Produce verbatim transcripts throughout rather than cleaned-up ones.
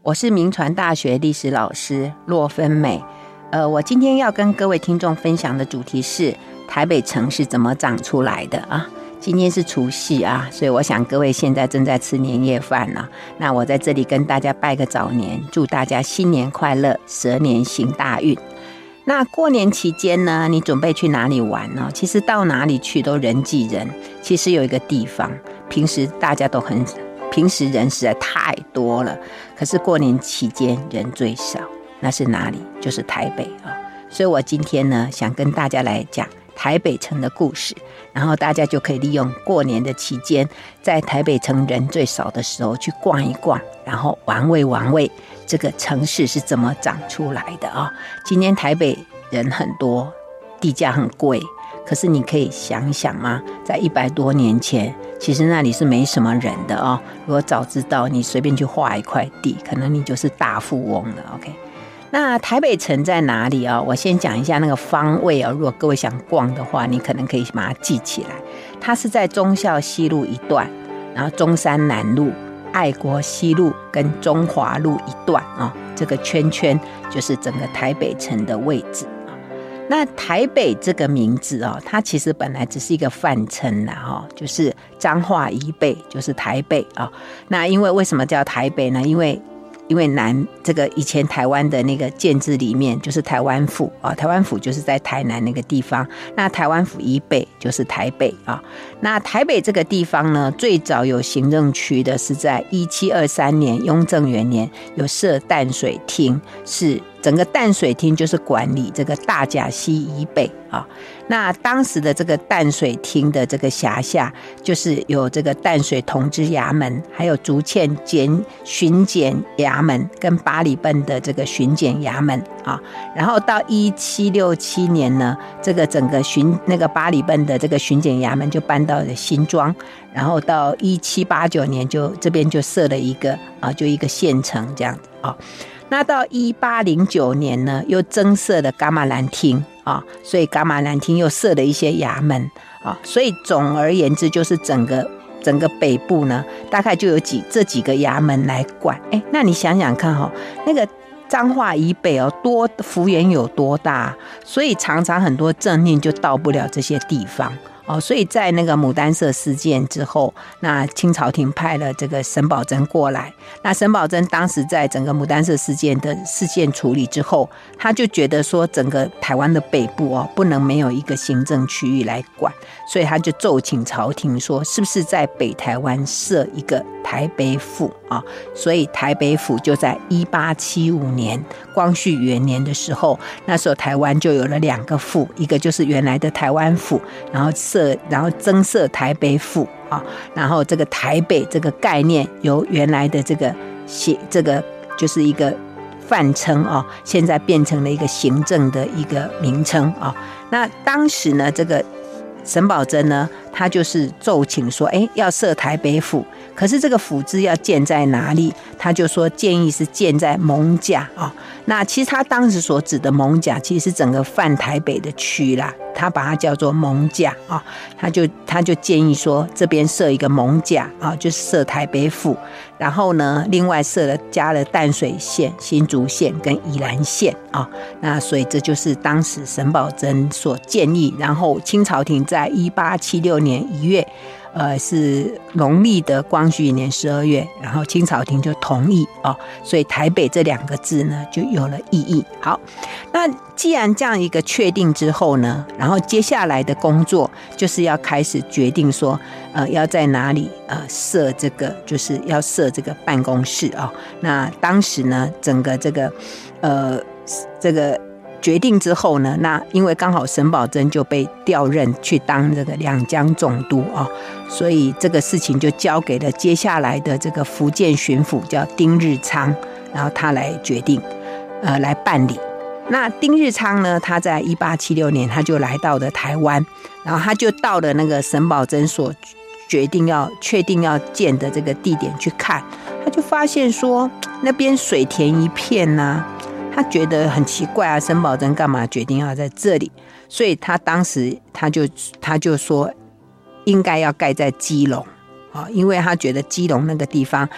我是铭传大学历史老师骆芬美。呃，我今天要跟各位听众分享的主题是台北城是怎么长出来的啊？今天是除夕啊，所以我想各位现在正在吃年夜饭啊。那我在这里跟大家拜个早年，祝大家新年快乐，蛇年行大运。那过年期间呢，你准备去哪里玩呢？其实到哪里去都人挤人。其实有一个地方，平时大家都很。平时人实在太多了，可是过年期间人最少，那是哪里？就是台北啊。所以我今天呢，想跟大家来讲台北城的故事，然后大家就可以利用过年的期间，在台北城人最少的时候去逛一逛，然后玩味玩味这个城市是怎么长出来的啊。今天台北人很多，地价很贵。可是你可以想想嘛，在一百多年前，其实那里是没什么人的哦。如果早知道，你随便去画一块地，可能你就是大富翁了。OK， 那台北城在哪里啊？我先讲一下那个方位啊。如果各位想逛的话，你可能可以把它记起来。它是在忠孝西路一段，然后中山南路、爱国西路跟中华路一段啊。这个圈圈就是整个台北城的位置。那台北这个名字哦，它其实本来只是一个泛称啦，哦，就是彰化以北就是台北啊。那因为为什么叫台北呢？因为因为南这个以前台湾的那个建制里面就是台湾府啊，台湾府就是在台南那个地方，那台湾府以北就是台北啊。那台北这个地方呢，最早有行政区的是在一七二三年雍正元年有设淡水厅，是整个淡水厅就是管理这个大甲溪以北啊。那当时的这个淡水厅的这个辖下，就是有这个淡水同知衙门，还有竹堑检巡检衙门跟八里奔的这个巡检衙门啊。然后到一七六七年呢，这个整个巡那个八里奔的这个巡检衙门就搬到了新庄，然后到一七八九年就这边就设了一个啊，就一个县城这样子啊。那到一八零九年呢，又增设了噶玛兰厅啊，所以噶玛兰厅又设了一些衙门啊，所以总而言之，就是整个整个北部呢，大概就有几这几个衙门来管。哎，那你想想看哈、哦，那个彰化以北哦，多幅员有多大，所以常常很多政令就到不了这些地方。哦，所以在那个牡丹社事件之后，那清朝廷派了这个沈葆桢过来。那沈葆桢当时在整个牡丹社事件的事件处理之后，他就觉得说，整个台湾的北部哦，不能没有一个行政区域来管，所以他就奏请朝廷说，是不是在北台湾设一个台北府啊？所以台北府就在一八七五年光绪元年的时候，那时候台湾就有了两个府，一个就是原来的台湾府，然后设然后增设台北府啊，然后这个台北这个概念由原来的这个写这个就是一个泛称啊，现在变成了一个行政的一个名称啊。那当时呢，这个沈葆桢呢，他就是奏请说，哎，要设台北府，可是这个府字要建在哪里？他就说建议是建在艋舺啊。那其实他当时所指的艋舺，其实是整个泛台北的区啦，他把它叫做艋舺啊。他就他就建议说，这边设一个艋舺啊，就是设台北府。然后呢，另外设了加了淡水县、新竹县跟宜兰县啊。那所以这就是当时沈葆桢所建议，然后清朝廷在一八七六年一月。呃，是农历的光绪年十二月，然后清朝廷就同意哦，所以台北这两个字呢就有了意义。好，那既然这样一个确定之后呢，然后接下来的工作就是要开始决定说，呃，要在哪里呃设这个，就是要设这个办公室啊、哦。那当时呢，整个这个呃这个。决定之后呢，那因为刚好沈葆桢就被调任去当这个两江总督啊，所以这个事情就交给了接下来的这个福建巡抚叫丁日昌，然后他来决定，呃，来办理。那丁日昌呢，他在一八七六年他就来到了台湾，然后他就到了那个沈葆桢所决定要确定要建的这个地点去看，他就发现说那边水田一片啊，他觉得很奇怪啊，沈葆桢干嘛决定要在这里？所以他当时他就他就说应该要盖在基隆啊，因为他觉得基隆那个地方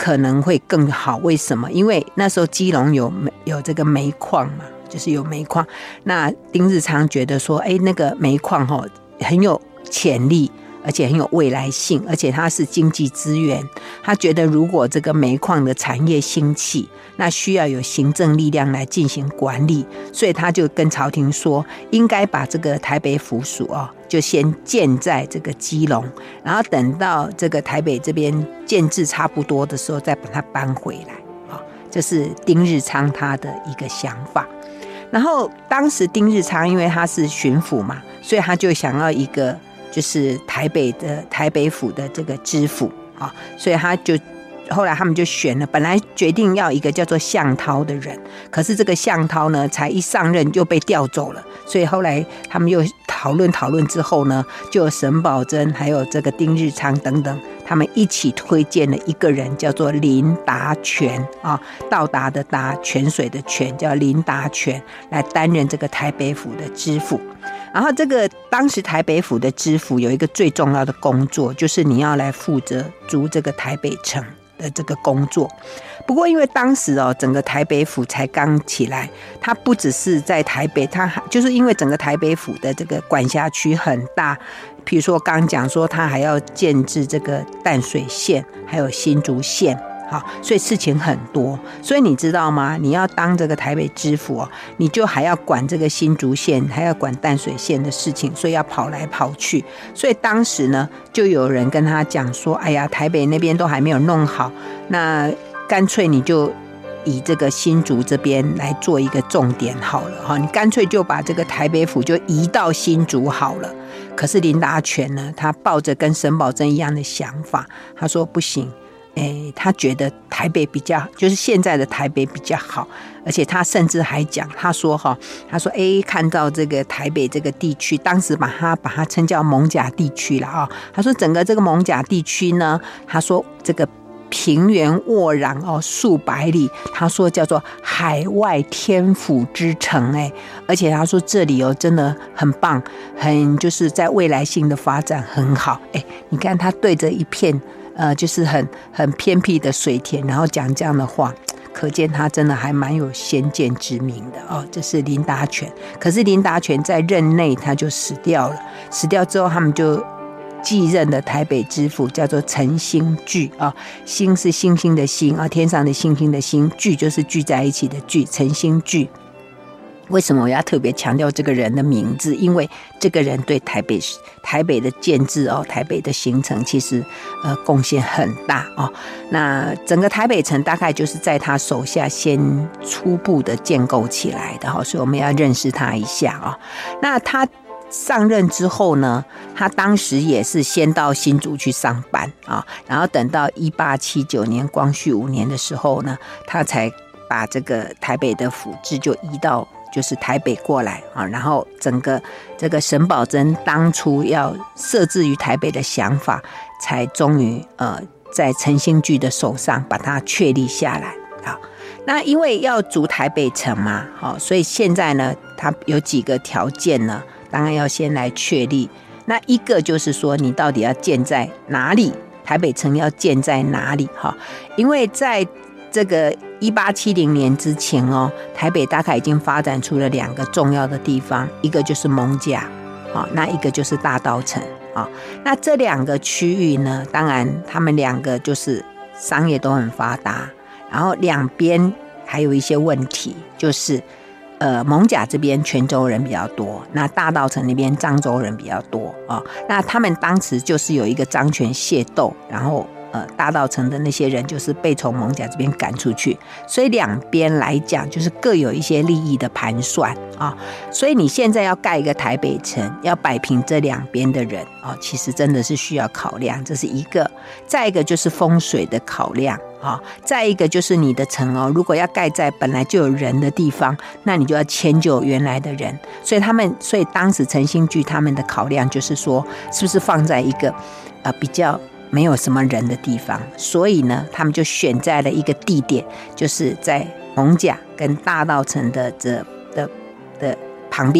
可能会更好。为什么？因为那时候基隆有有这个煤矿嘛，就是有煤矿。那丁日昌觉得说，哎，那个煤矿哈很有潜力，而且很有未来性，而且它是经济资源。他觉得如果这个煤矿的产业兴起，那需要有行政力量来进行管理，所以他就跟朝廷说，应该把这个台北府署哦，就先建在这个基隆，然后等到这个台北这边建制差不多的时候，再把它搬回来啊。这是丁日昌他的一个想法。然后当时丁日昌因为他是巡抚嘛，所以他就想要一个就是台北的台北府的这个知府啊，所以他就后来他们就选了，本来决定要一个叫做项涛的人，可是这个项涛呢，才一上任就被调走了，所以后来他们又讨论讨论之后呢，就有沈葆桢还有这个丁日昌等等，他们一起推荐了一个人，叫做林达权啊，到达的达，泉水的泉，叫林达权，来担任这个台北府的知府。然后这个当时台北府的知府有一个最重要的工作，就是你要来负责筑这个台北城的这个工作。不过因为当时哦，整个台北府才刚起来，它不只是在台北，它就是因为整个台北府的这个管辖区很大，比如说刚刚讲说，它还要建制这个淡水县，还有新竹县。好，所以事情很多，所以你知道吗？你要当这个台北知府哦，你就还要管这个新竹县，还要管淡水县的事情，所以要跑来跑去。所以当时呢，就有人跟他讲说：“哎呀，台北那边都还没有弄好，那干脆你就以这个新竹这边来做一个重点好了哈，你干脆就把这个台北府就移到新竹好了。”可是林达权呢，他抱着跟沈葆桢一样的想法，他说不行。欸、他觉得台北比较，就是现在的台北比较好，而且他甚至还讲，他说哈，他说哎、欸，看到这个台北这个地区，当时把它把它称叫艋舺地区了啊。他说整个这个艋舺地区呢，他说这个平原沃壤哦，数百里，他说叫做海外天府之城哎，而且他说这里哦真的很棒，很就是在未来性的发展很好哎，你看他对着一片。呃，就是很很偏僻的水田，然后讲这样的话，可见他真的还蛮有先见之明的哦。这是林达权，可是林达权在任内他就死掉了，死掉之后他们就继任的台北知府叫做陈星聚啊，星是星星的星啊，天上的星星的星，聚就是聚在一起的聚，陈星聚。为什么我要特别强调这个人的名字？因为这个人对台北台北的建制哦，台北的形成其实呃贡献很大哦。那整个台北城大概就是在他手下先初步的建构起来的哈、哦，所以我们要认识他一下啊、哦。那他上任之后呢，他当时也是先到新竹去上班啊、哦，然后等到一八七九年光绪五年的时候呢，他才把这个台北的府治就移到。就是台北过来啊，然后整个这个沈葆桢当初要设置于台北的想法，才终于呃在陈星聚的手上把它确立下来啊。那因为要筑台北城嘛，好，所以现在呢，它有几个条件呢，当然要先来确立。那一个就是说，你到底要建在哪里？台北城要建在哪里？哈，因为在这个一八七零年之前哦，台北大概已经发展出了两个重要的地方，一个就是艋舺啊，那一个就是大稻埕啊。那这两个区域呢，当然他们两个就是商业都很发达，然后两边还有一些问题，就是呃艋舺这边泉州人比较多，那大稻埕那边漳州人比较多啊。那他们当时就是有一个漳泉械斗，然后。呃，大稻埕的那些人就是被从艋舺这边赶出去，所以两边来讲就是各有一些利益的盘算啊。所以你现在要盖一个台北城，要摆平这两边的人啊，其实真的是需要考量，这是一个。再一个就是风水的考量啊，再一个就是你的城哦，如果要盖在本来就有人的地方，那你就要迁就原来的人。所以他们，所以当时陈星聚他们的考量就是说，是不是放在一个呃比较。没有什么人的地方，所以呢，他们就选在了一个地点，就是在艋舺跟大稻埕的这的的旁边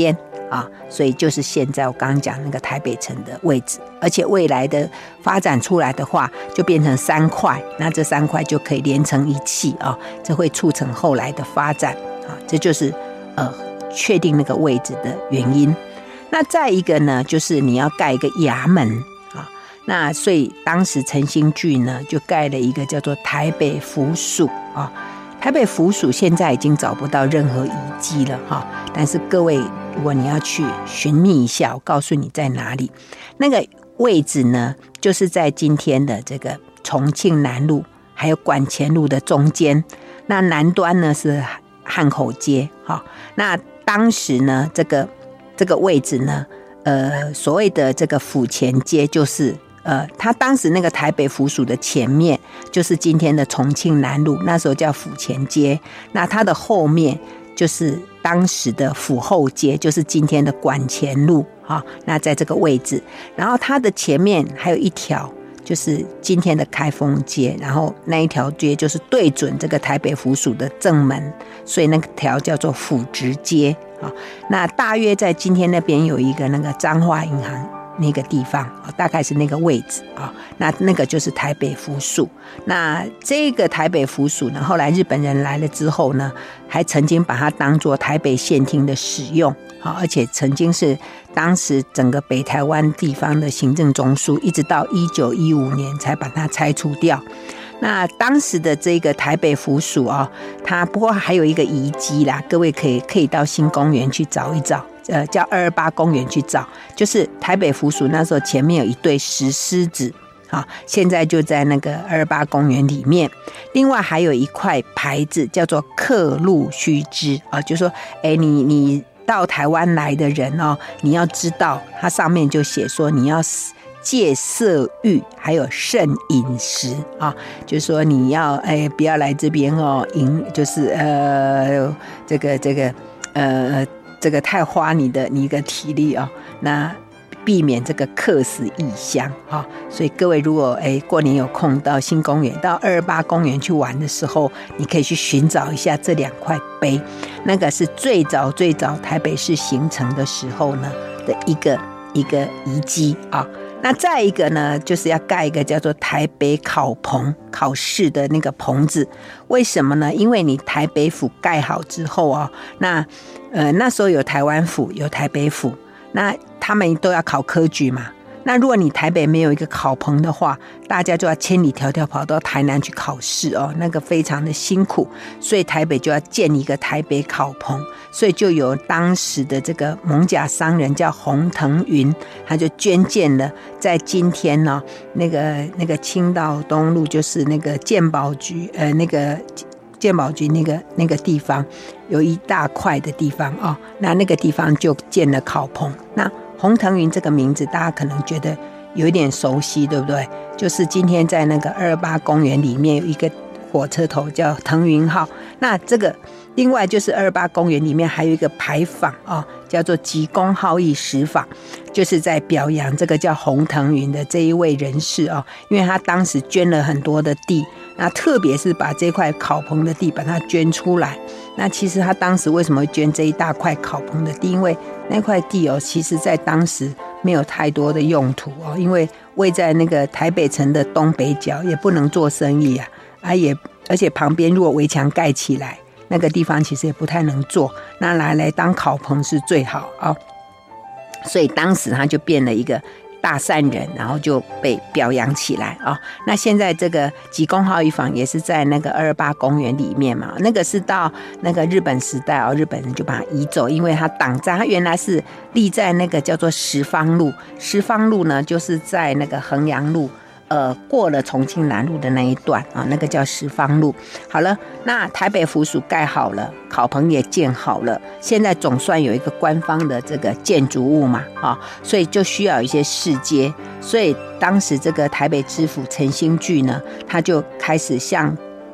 啊，所以就是现在我刚刚讲那个台北城的位置，而且未来的发展出来的话，就变成三块，那这三块就可以连成一气啊，这会促成后来的发展啊，这就是呃确定那个位置的原因。那再一个呢，就是你要盖一个衙门啊，那所以当时陈兴聚呢就盖了一个叫做台北府署啊。台北府署现在已经找不到任何遗迹了哈，但是各位如果你要去寻觅一下，我告诉你在哪里。那个位置呢，就是在今天的这个重庆南路还有馆前路的中间。那南端呢是汉口街哈。那当时呢，这个这个位置呢，呃，所谓的这个府前街就是。呃，他当时那个台北府署的前面就是今天的重庆南路，那时候叫府前街。那它的后面就是当时的府后街，就是今天的馆前路啊。那在这个位置，然后它的前面还有一条就是今天的开封街，然后那一条街就是对准这个台北府署的正门，所以那条叫做府直街啊。那大约在今天那边有一个那个彰化银行。那个地方大概是那个位置啊，那那个就是台北府署。那这个台北府署呢，后来日本人来了之后呢，还曾经把它当作台北县厅的使用，而且曾经是当时整个北台湾地方的行政中枢，一直到一九一五年才把它拆除掉。那当时的这个台北府署啊，它不过还有一个遗迹啦，各位可以可以到新公园去找一找。呃，叫二二八公园去找，就是台北府署那时候前面有一对石狮子，好，现在就在那个二二八公园里面。另外还有一块牌子叫做客路须知啊，就说，哎，你你到台湾来的人哦，你要知道，它上面就写说你要戒色欲，还有慎饮食啊，就是说你要哎不要来这边哦，饮就是呃这个这个呃。这个太花你的你一个体力哦，那避免这个客死异乡啊。所以各位如果哎过年有空到新公园、到二二八公园去玩的时候，你可以去寻找一下这两块碑，那个是最早最早台北市形成的时候呢的一个一个遗迹啊。那再一个呢，就是要盖一个叫做台北考棚，考试的那个棚子。为什么呢？因为你台北府盖好之后啊，那呃那时候有台湾府，有台北府，那他们都要考科举嘛。那如果你台北没有一个考棚的话，大家就要千里迢迢跑到台南去考试哦，那个非常的辛苦，所以台北就要建一个台北考棚，所以就有当时的这个艋舺商人叫洪腾云，他就捐建了在今天呢、哦、那个那个青道东路，就是那个健保局呃那个健保局那个那个地方有一大块的地方哦，那那个地方就建了考棚。那洪腾云这个名字大家可能觉得有一点熟悉，对不对？就是今天在那个二二八公园里面有一个火车头叫腾云号，那这个另外就是二二八公园里面还有一个牌坊、哦、叫做急公好义石坊，就是在表扬这个叫洪腾云的这一位人士、哦、因为他当时捐了很多的地，那特别是把这块考棚的地把它捐出来。那其实他当时为什么会捐这一大块考棚的地？因为那块地哦，其实在当时没有太多的用途哦，因为位在那个台北城的东北角，也不能做生意啊，啊也而且旁边如果围墙盖起来，那个地方其实也不太能做，那拿来当考棚是最好哦。所以当时他就变了一个大善人，然后就被表扬起来啊、哦。那现在这个急公好义坊也是在那个二二八公园里面嘛，那个是到那个日本时代哦，日本人就把它移走，因为它挡在，它原来是立在那个叫做十方路，十方路呢就是在那个衡阳路。呃，过了重庆南路的那一段啊，那个叫十方路。好了，那台北府署盖好了，考棚也建好了，现在总算有一个官方的这个建筑物嘛，啊，所以就需要一些市街。所以当时这个台北知府陈兴聚呢，他就开始向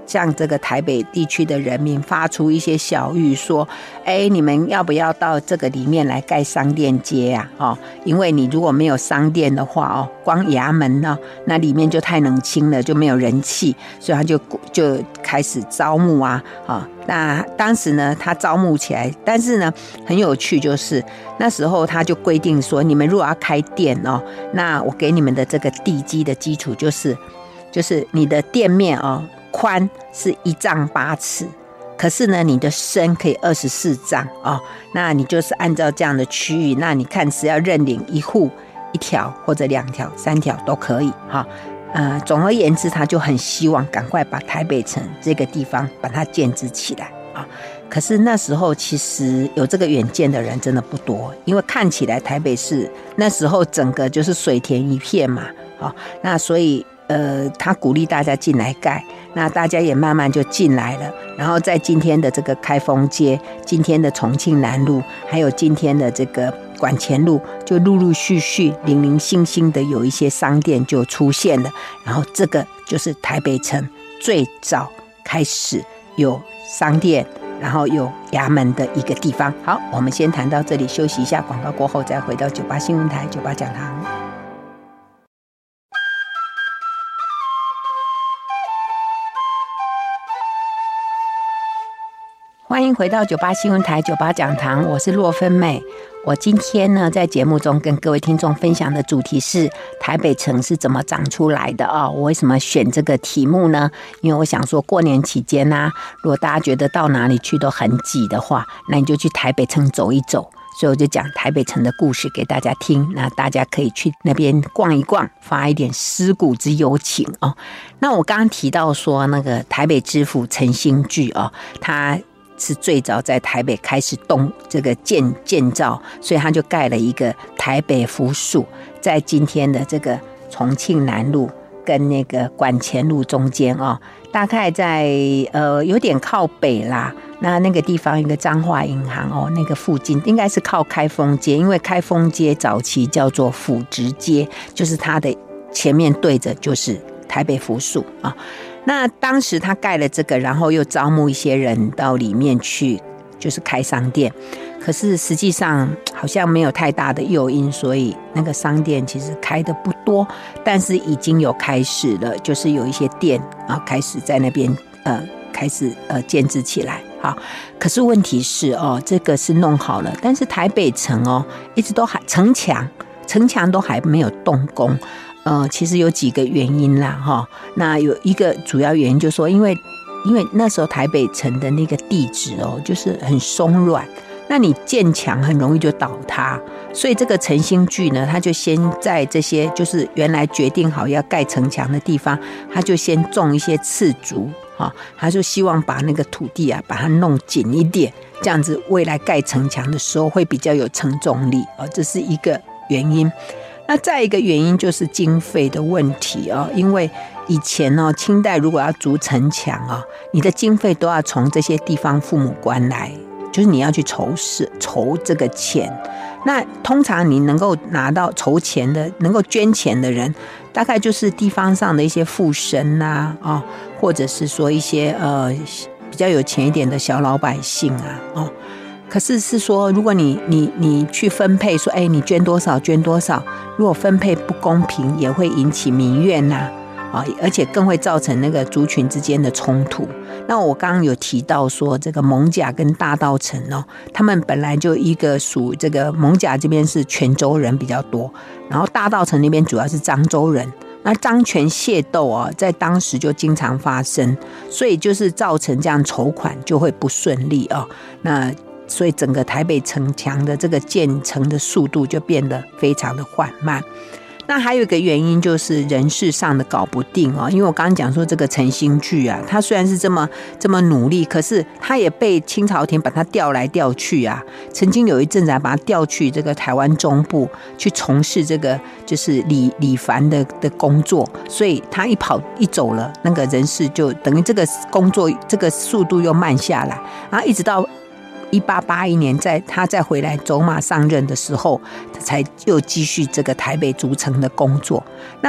向这个台北地区的人民发出一些小谕，说，哎，你们要不要到这个里面来盖商店街啊？哦，因为你如果没有商店的话，哦，光衙门呢，那里面就太冷清了，就没有人气，所以他就就开始招募啊，啊、哦，那当时呢，他招募起来，但是呢，很有趣，就是那时候他就规定说，你们如果要开店哦，那我给你们的这个地基的基础就是，就是你的店面哦。宽是一丈八尺，可是呢，你的深可以二十四丈哦。那你就是按照这样的区域，那你看是要认领一户一条或者两条、三条都可以哈、哦。呃，总而言之，他就很希望赶快把台北城这个地方把它建制起来啊、哦。可是那时候其实有这个远见的人真的不多，因为看起来台北市那时候整个就是水田一片嘛，哦，那所以。呃，他鼓励大家进来盖，那大家也慢慢就进来了。然后在今天的这个开封街、今天的重庆南路，还有今天的这个管前路，就陆陆续续、零零星星的有一些商店就出现了。然后这个就是台北城最早开始有商店，然后有衙门的一个地方。好，我们先谈到这里，休息一下，广告过后再回到九八新闻台、九八讲堂。欢迎回到九八新闻台九八讲堂，我是洛芬美。我今天呢，在节目中跟各位听众分享的主题是台北城是怎么长出来的啊、哦？我为什么选这个题目呢？因为我想说，过年期间啊，如果大家觉得到哪里去都很挤的话，那你就去台北城走一走。所以我就讲台北城的故事给大家听，那大家可以去那边逛一逛，发一点思古之幽情哦。那我刚刚提到说，那个台北知府陈兴聚哦，他是最早在台北开始动这个建建造，所以他就盖了一个台北府署，在今天的这个重庆南路跟那个管前路中间哦，大概在呃有点靠北啦。那那个地方一个彰化银行哦，那个附近应该是靠开封街，因为开封街早期叫做府直街，就是它的前面对着就是台北府署啊。那当时他盖了这个，然后又招募一些人到里面去，就是开商店。可是实际上好像没有太大的诱因，所以那个商店其实开的不多，但是已经有开始了，就是有一些店啊开始在那边呃开始呃建制起来。好，可是问题是哦，这个是弄好了，但是台北城哦一直都还城墙城墙都还没有动工。呃，其实有几个原因啦，哈。那有一个主要原因就是说，因为因为那时候台北城的那个地质哦，就是很松软，那你建墙很容易就倒塌，所以这个陈兴聚呢，他就先在这些就是原来决定好要盖城墙的地方，他就先种一些刺竹，哈，他就希望把那个土地啊，把它弄紧一点，这样子未来盖城墙的时候会比较有承重力，哦，这是一个原因。那再一个原因就是经费的问题啊，因为以前哦，清代如果要筑城墙啊，你的经费都要从这些地方父母官来，就是你要去筹事筹这个钱。那通常你能够拿到筹钱的、能够捐钱的人，大概就是地方上的一些富绅呐，啊，或者是说一些呃比较有钱一点的小老百姓啊，哦。可是是说，如果你你你去分配说，哎，你捐多少捐多少，如果分配不公平，也会引起民怨呐、啊，而且更会造成那个族群之间的冲突。那我刚刚有提到说，这个艋舺跟大稻埕哦，他们本来就一个属这个艋舺这边是泉州人比较多，然后大稻埕那边主要是漳州人。那漳泉械斗啊，在当时就经常发生，所以就是造成这样筹款就会不顺利啊。那所以整个台北城墙的这个建成的速度就变得非常的缓慢。那还有一个原因就是人事上的搞不定哦，因为我刚刚讲说这个陈兴聚啊，他虽然是这么这么努力，可是他也被清朝廷把他调来调去啊。曾经有一阵子还把他调去这个台湾中部去从事这个就是理理藩的的工作，所以他一跑一走了，那个人事就等于这个工作这个速度又慢下来，然后一直到一八八一年在他再回来走马上任的时候，他才又继续这个台北筑城的工作。那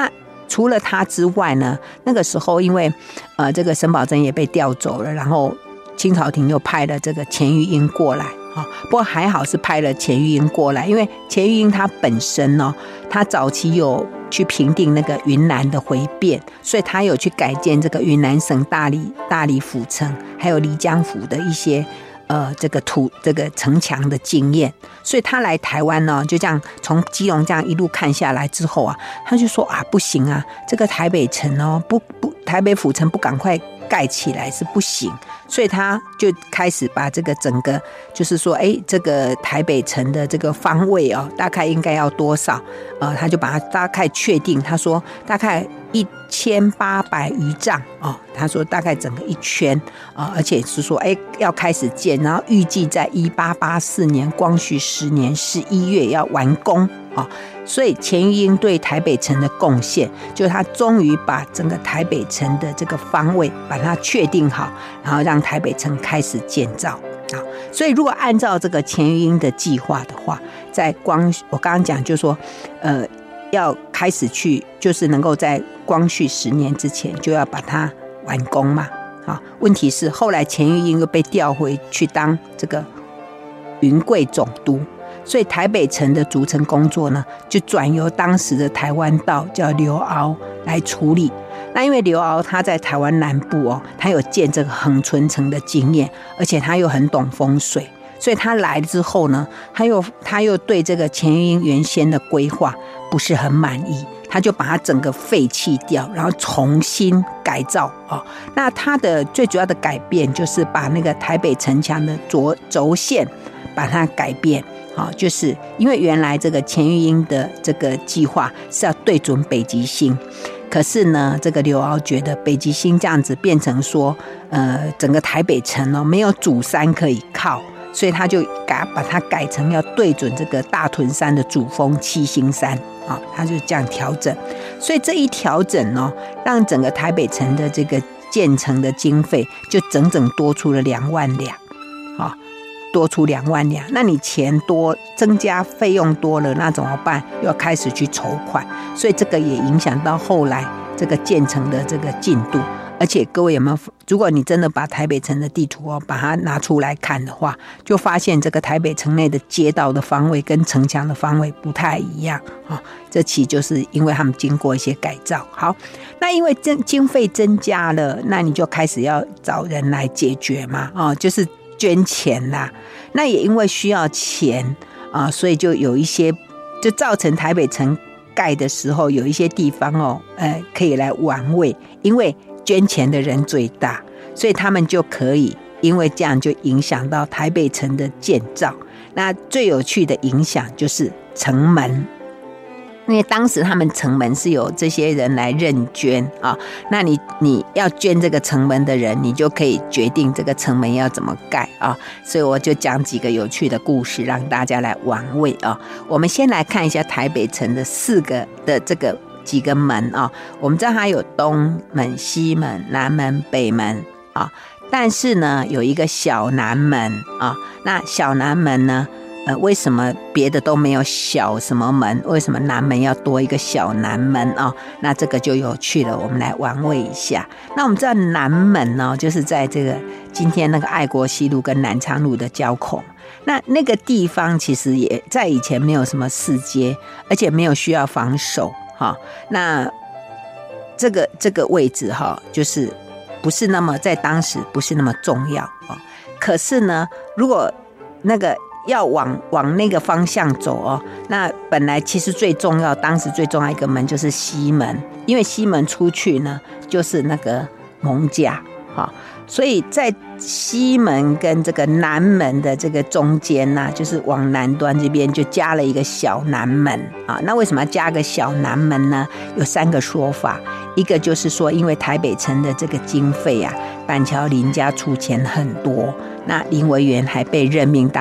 除了他之外呢，那个时候因为呃这个沈葆桢也被调走了，然后清朝廷又派了这个钱玉英过来啊。不过还好是派了钱玉英过来，因为钱玉英他本身呢，他早期有去平定那个云南的回变，所以他有去改建这个云南省大理大理府城，还有漓江府的一些呃这个土这个城墙的经验，所以他来台湾呢，就这样从基隆这样一路看下来之后啊，他就说啊不行啊，这个台北城哦不不台北府城不赶快盖起来是不行，所以他就开始把这个整个就是说，哎，这个台北城的这个方位哦，大概应该要多少？呃，他就把它大概确定，他说大概一千八百余丈哦，他说大概整个一圈啊、呃，而且是说，哎，要开始建，然后预计在一八八四年光绪十年十一月要完工啊、哦。所以钱玉英对台北城的贡献，就是他终于把整个台北城的这个方位把它确定好，然后让台北城开始建造啊。所以如果按照这个钱玉英的计划的话，在光我刚刚讲就是说，呃，要开始去就是能够在光绪十年之前就要把它完工嘛。啊，问题是后来钱玉英又被调回去当这个云贵总督。所以台北城的筑城工作呢，就转由当时的台湾道叫刘骜来处理。那因为刘骜他在台湾南部哦，他有建这个恒春城的经验，而且他又很懂风水，所以他来之后呢，他又他又对这个钱玉英原先的规划不是很满意，他就把它整个废弃掉，然后重新改造哦。那他的最主要的改变就是把那个台北城墙的轴轴线把它改变。好，就是因为原来这个钱玉英的这个计划是要对准北极星，可是呢，这个刘骜觉得北极星这样子变成说，呃，整个台北城哦没有主山可以靠，所以他就改把它改成要对准这个大屯山的主峰七星山啊、哦，他就这样调整，所以这一调整呢、哦，让整个台北城的这个建成的经费就整整多出了两万两，啊、哦。多出两万两，那你钱多，增加费用多了，那怎么办？又要开始去筹款，所以这个也影响到后来这个建成的这个进度。而且各位有没有？如果你真的把台北城的地图哦，把它拿出来看的话，就发现这个台北城内的街道的方位跟城墙的方位不太一样啊、哦。这其就是因为他们经过一些改造。好，那因为经经费增加了，那你就开始要找人来解决嘛，哦，就是。捐钱啦，那也因为需要钱啊，所以就有一些，就造成台北城盖的时候有一些地方哦，呃，可以来玩味，因为捐钱的人最大，所以他们就可以，因为这样就影响到台北城的建造。那最有趣的影响就是城门。因为当时他们城门是有这些人来认捐啊，那你你要捐这个城门的人，你就可以决定这个城门要怎么盖啊。所以我就讲几个有趣的故事，让大家来玩味啊。我们先来看一下台北城的四个的这个几个门啊。我们知道它有东门、西门、南门、北门啊，但是呢有一个小南门啊。那小南门呢？呃，为什么别的都没有小什么门？为什么南门要多一个小南门哦？那这个就有趣了，我们来玩味一下。那我们知道南门呢、哦，就是在这个今天那个爱国西路跟南昌路的交口。那那个地方其实也在以前没有什么市街，而且没有需要防守哈、哦。那这个这个位置哈、哦，就是不是那么在当时不是那么重要哦。可是呢，如果那个要往往那个方向走哦，那本来其实最重要，当时最重要一个门就是西门，因为西门出去呢就是那个艋舺哈，所以在西门跟这个南门的这个中间呢、啊，就是往南端这边就加了一个小南门啊。那为什么要加个小南门呢？有三个说法，一个就是说，因为台北城的这个经费啊，板桥林家出钱很多，那林维源还被任命当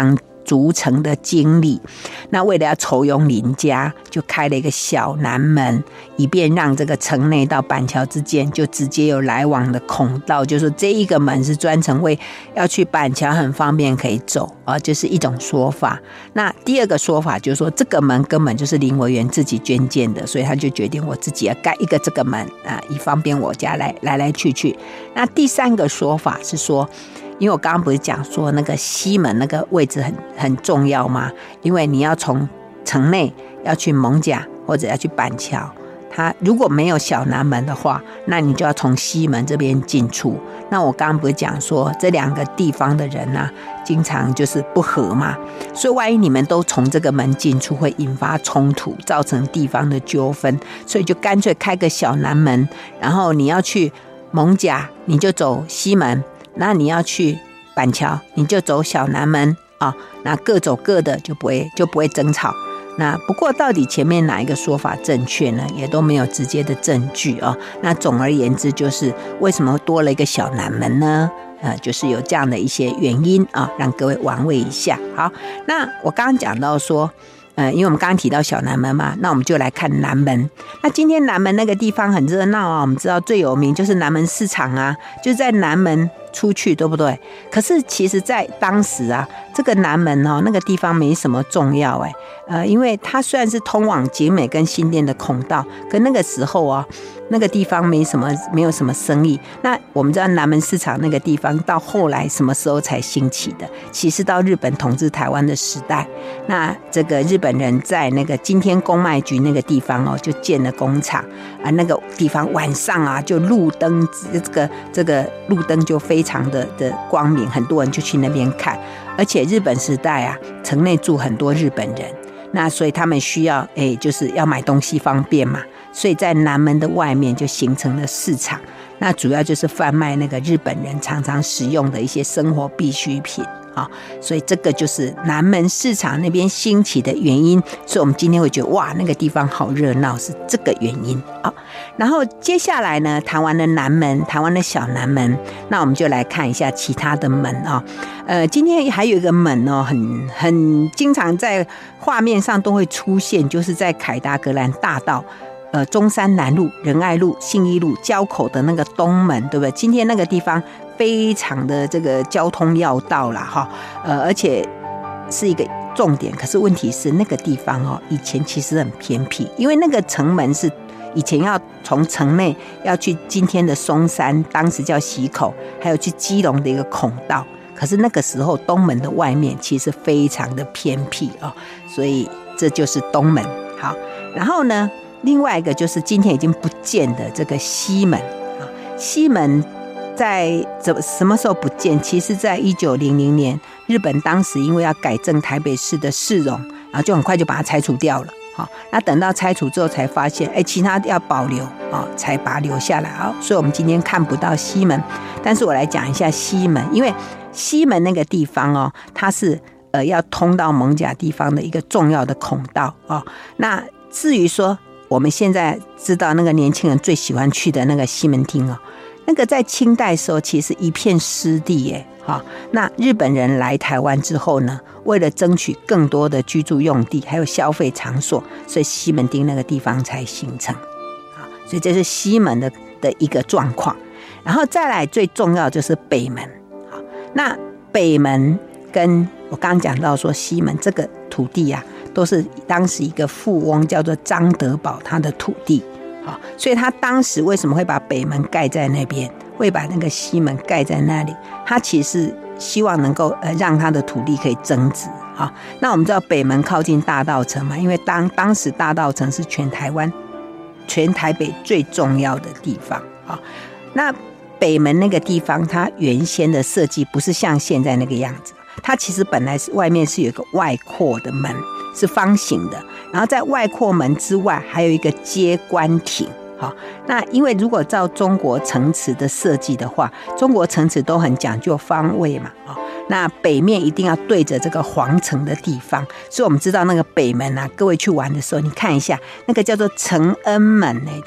筑城的经历。那为了要酬庸邻家，就开了一个小南门，以便让这个城内到板桥之间就直接有来往的孔道，就是说这一个门是专程为要去板桥很方便可以走啊，这是一种说法。那第二个说法就是说，这个门根本就是林委员自己捐建的，所以他就决定我自己要盖一个这个门啊，以方便我家来来来去去。那第三个说法是说，因为我刚刚不是讲说那个西门那个位置很很重要吗？因为你要从城内要去艋舺或者要去板桥，它如果没有小南门的话，那你就要从西门这边进出。那我刚刚不是讲说这两个地方的人啊，经常就是不和嘛，所以万一你们都从这个门进出，会引发冲突，造成地方的纠纷，所以就干脆开个小南门，然后你要去艋舺你就走西门，那你要去板桥你就走小南门啊，那各走各的，就不会就不会争吵。那不过到底前面哪一个说法正确呢，也都没有直接的证据啊。那总而言之，就是为什么多了一个小南门呢？呃，就是有这样的一些原因啊，让各位玩味一下。好，那我刚刚讲到说，呃，因为我们刚刚提到小南门嘛，那我们就来看南门。那今天南门那个地方很热闹啊，我们知道最有名就是南门市场啊，就是在南门出去，对不对？可是其实在当时啊，这个南门哦，那个地方没什么重要哎，呃，因为它虽然是通往景美跟新店的孔道，可那个时候啊，那个地方没什么，没有什么生意。那我们知道南门市场那个地方到后来什么时候才兴起的？其实到日本统治台湾的时代，那这个日本人在那个今天公卖局那个地方哦，就建了工厂啊，那个地方晚上啊就路灯，这个这个路灯就非常的的光明，很多人就去那边看。而且日本时代啊，城内住很多日本人，那所以他们需要哎，就是要买东西方便嘛，所以在南门的外面就形成了市场。那主要就是贩卖那个日本人常常使用的一些生活必需品啊，所以这个就是南门市场那边兴起的原因。所以我们今天会觉得哇，那个地方好热闹，是这个原因啊。然后接下来呢，谈完了南门，谈完了小南门，那我们就来看一下其他的门啊。呃，今天还有一个门哦，很很经常在画面上都会出现，就是在凯达格兰大道。呃，中山南路、仁爱路、信义路交口的那个东门，对不对？今天那个地方非常的这个交通要道啦，哈，呃，而且是一个重点。可是问题是，那个地方哦，以前其实很偏僻，因为那个城门是以前要从城内要去今天的松山，当时叫溪口，还有去基隆的一个孔道。可是那个时候东门的外面其实非常的偏僻哦，所以这就是东门。好，然后呢？另外一个就是今天已经不见的这个西门啊，西门在怎什么时候不见？其实在一九零零年，日本当时因为要改正台北市的市容，然后就很快就把它拆除掉了。好，那等到拆除之后才发现，哎，其他要保留啊，才把它留下来啊。所以我们今天看不到西门，但是我来讲一下西门，因为西门那个地方哦，它是呃要通到艋舺地方的一个重要的孔道哦。那至于说，我们现在知道那个年轻人最喜欢去的那个西门町哦，那个在清代的时候其实一片湿地耶，哈。那日本人来台湾之后呢，为了争取更多的居住用地还有消费场所，所以西门町那个地方才形成，啊，所以这是西门的的一个状况。然后再来最重要就是北门，好，那北门跟我刚刚讲到说西门这个土地啊，都是当时一个富翁叫做张德宝他的土地，好，所以他当时为什么会把北门盖在那边，会把那个西门盖在那里？他其实希望能够呃让他的土地可以增值。好，那我们知道北门靠近大稻埕嘛，因为当当时大稻埕是全台湾、全台北最重要的地方。好，那北门那个地方，它原先的设计不是像现在那个样子。它其实本来是外面是有一个外扩的门，是方形的，然后在外扩门之外还有一个接官亭。好，那因为如果照中国城池的设计的话，中国城池都很讲究方位嘛，那北面一定要对着这个皇城的地方，所以我们知道那个北门啊，各位去玩的时候，你看一下那个叫做承恩门呢，就是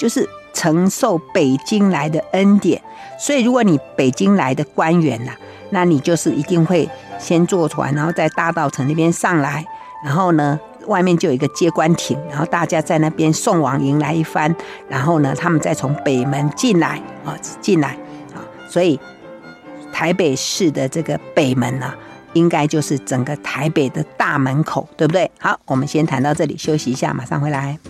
承受北京来的恩典，所以如果你北京来的官员啊，那你就是一定会先坐船，然后在大稻埕那边上来，然后呢外面就有一个接官亭，然后大家在那边送往迎来一番，然后呢他们再从北门进来啊进来啊，所以台北市的这个北门啊，应该就是整个台北的大门口，对不对？好，我们先谈到这里，休息一下，马上回来。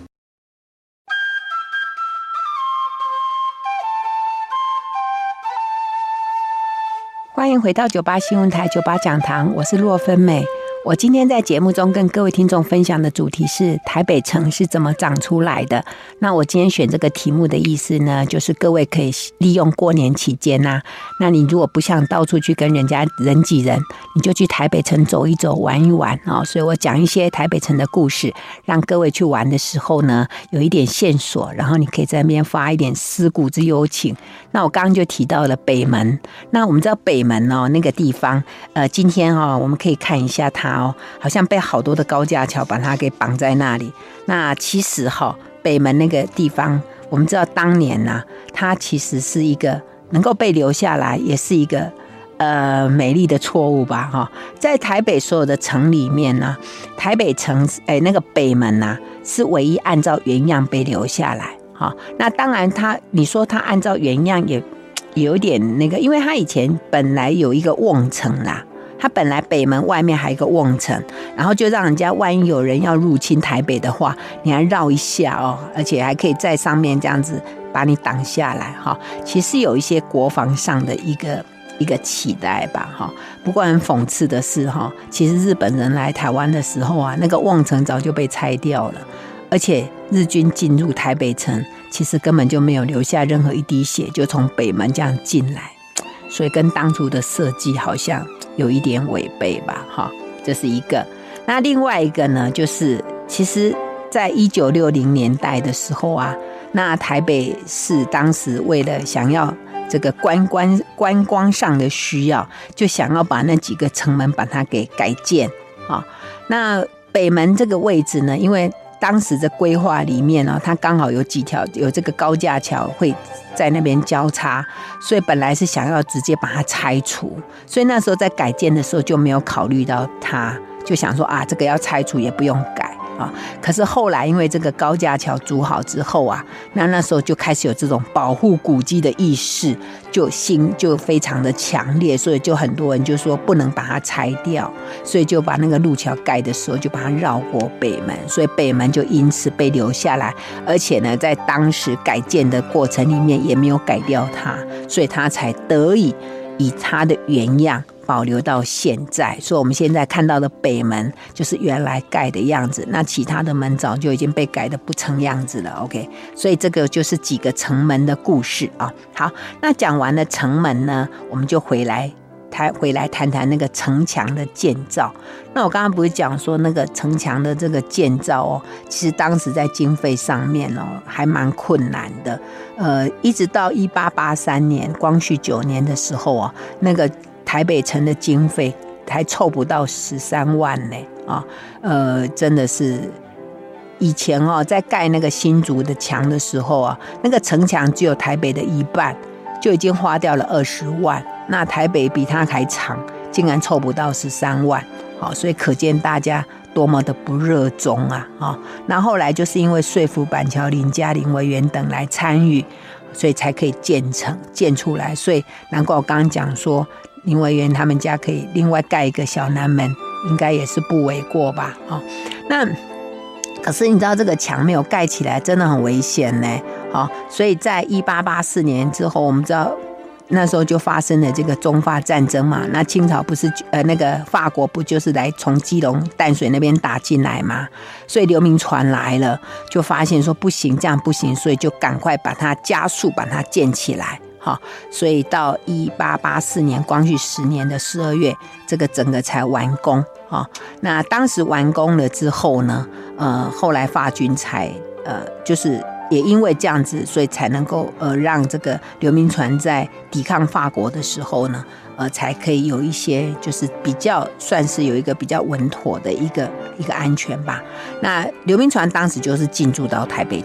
欢迎回到九八新闻台九八讲堂，我是洛芬美。我今天在节目中跟各位听众分享的主题是台北城是怎么长出来的。那我今天选这个题目的意思呢，就是各位可以利用过年期间啊，那你如果不想到处去跟人家人挤人，你就去台北城走一走玩一玩哦。所以我讲一些台北城的故事，让各位去玩的时候呢有一点线索，然后你可以在那边发一点思古之幽情。那我刚刚就提到了北门，那我们知道北门哦那个地方，呃，今天哦我们可以看一下它哦，好像被好多的高架桥把它给绑在那里。那其实哈、哦，北门那个地方，我们知道当年呐、啊，它其实是一个能够被留下来，也是一个呃美丽的错误吧哈。在台北所有的城里面呢、啊，台北城哎那个北门呐、啊，是唯一按照原样被留下来。好，那当然它，你说它按照原样也有点那个，因为它以前本来有一个瓮城啦，它本来北门外面还有一个瓮城，然后就让人家万一有人要入侵台北的话，你还绕一下哦，而且还可以在上面这样子把你挡下来哈。其实有一些国防上的一个一个期待吧哈。不过很讽刺的是哈，其实日本人来台湾的时候啊，那个瓮城早就被拆掉了。而且日军进入台北城，其实根本就没有留下任何一滴血，就从北门这样进来，所以跟当初的设计好像有一点违背吧，哈，这是一个。那另外一个呢，就是其实在一九六零年代的时候啊，那台北市当时为了想要这个观光观光上的需要，就想要把那几个城门把它给改建啊。那北门这个位置呢，因为当时的规划里面呢、哦，它刚好有几条有这个高架桥会在那边交叉，所以本来是想要直接把它拆除，所以那时候在改建的时候就没有考虑到它，就想说啊，这个要拆除也不用改啊。可是后来因为这个高架桥筑好之后啊，那那时候就开始有这种保护古迹的意识，就心就非常的强烈，所以就很多人就说不能把它拆掉，所以就把那个路桥盖的时候就把它绕过北门，所以北门就因此被留下来，而且呢在当时改建的过程里面也没有改掉它，所以它才得以以它的原样保留到现在。所以我们现在看到的北门就是原来盖的样子，那其他的门早就已经被改得不成样子了 OK， 所以这个就是几个城门的故事啊。好，那讲完了城门呢，我们就回来谈回来谈谈那个城墙的建造。那我刚刚不是讲说那个城墙的这个建造哦，其实当时在经费上面哦还蛮困难的。呃，一直到一八八三年光绪九年的时候啊，那个台北城的经费还凑不到十三万呢啊，呃，真的是。以前哦，在盖那个新竹的墙的时候啊，那个城墙只有台北的一半，就已经花掉了二十万。那台北比它还长，竟然凑不到十三万，好，所以可见大家多么的不热衷啊！啊，那后来就是因为说服板桥林家林委员等来参与，所以才可以建成建出来。所以难怪我刚刚讲说，林委员他们家可以另外盖一个小南门，应该也是不为过吧？啊，那。可是你知道这个墙没有盖起来真的很危险呢，好，所以在一八八四年之后，我们知道那时候就发生了这个中法战争嘛，那清朝不是呃那个法国不就是来从基隆淡水那边打进来嘛，所以刘铭传来了，就发现说不行，这样不行，所以就赶快把它加速把它建起来。好，所以到一八八四年光绪十年的十二月，这个整个才完工。好，那当时完工了之后呢，呃，后来法军才呃，就是也因为这样子，所以才能够呃让这个刘铭传在抵抗法国的时候呢，呃，才可以有一些就是比较算是有一个比较稳妥的一个一个安全吧。那刘铭传当时就是进驻到台北城。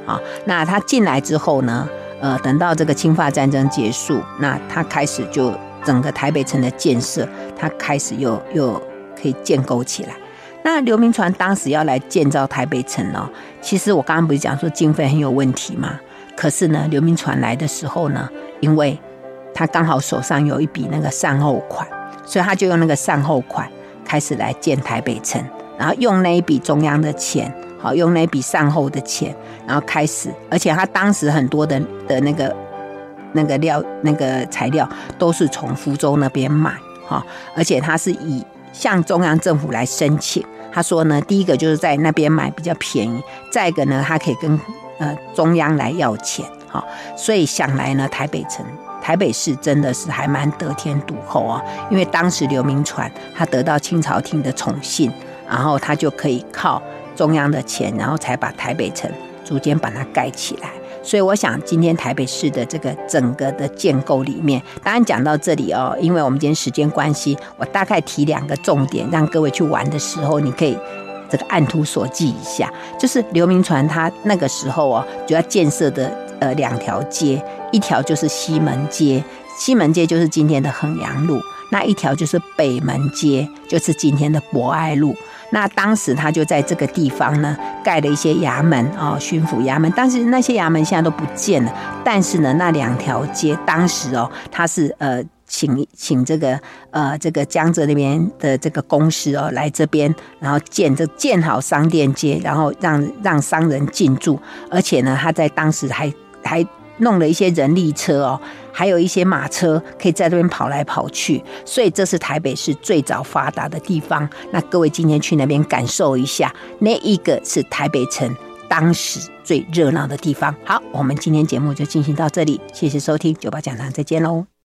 啊。那他进来之后呢，呃，等到这个清法战争结束，那他开始就整个台北城的建设，他开始又又可以建构起来。那刘铭传当时要来建造台北城哦，其实我刚刚不是讲说经费很有问题吗？可是呢，刘铭传来的时候呢，因为他刚好手上有一笔那个善后款，所以他就用那个善后款开始来建台北城，然后用那一笔中央的钱，好，用那一笔善后的钱，然后开始，而且他当时很多的的那个那个料那个材料都是从福州那边买，好，而且他是以向中央政府来申请。他说呢，第一个就是在那边买比较便宜，再一个呢，他可以跟呃中央来要钱，好，所以想来呢，台北城、台北市真的是还蛮得天独厚啊，因为当时刘铭传他得到清朝廷的宠信，然后他就可以靠中央的钱，然后才把台北城逐渐把它盖起来。所以我想今天台北市的这个整个的建构里面，当然讲到这里哦，因为我们今天时间关系，我大概提两个重点，让各位去玩的时候你可以这个按图索骥一下。就是刘铭传他那个时候哦，主要建设的呃两条街，一条就是西门街，西门街就是今天的衡阳路，那一条就是北门街，就是今天的博爱路。那当时他就在这个地方呢盖了一些衙门哦，巡抚衙门，但是那些衙门现在都不见了。但是呢，那两条街当时哦，他是呃请请这个呃这个江浙那边的这个公司哦来这边，然后建这建好商店街，然后让让商人进驻，而且呢，他在当时还还弄了一些人力车哦，还有一些马车可以在这边跑来跑去，所以这是台北市最早发达的地方。那各位今天去那边感受一下，那一个是台北城当时最热闹的地方。好，我们今天节目就进行到这里，谢谢收听九八讲堂，再见喽。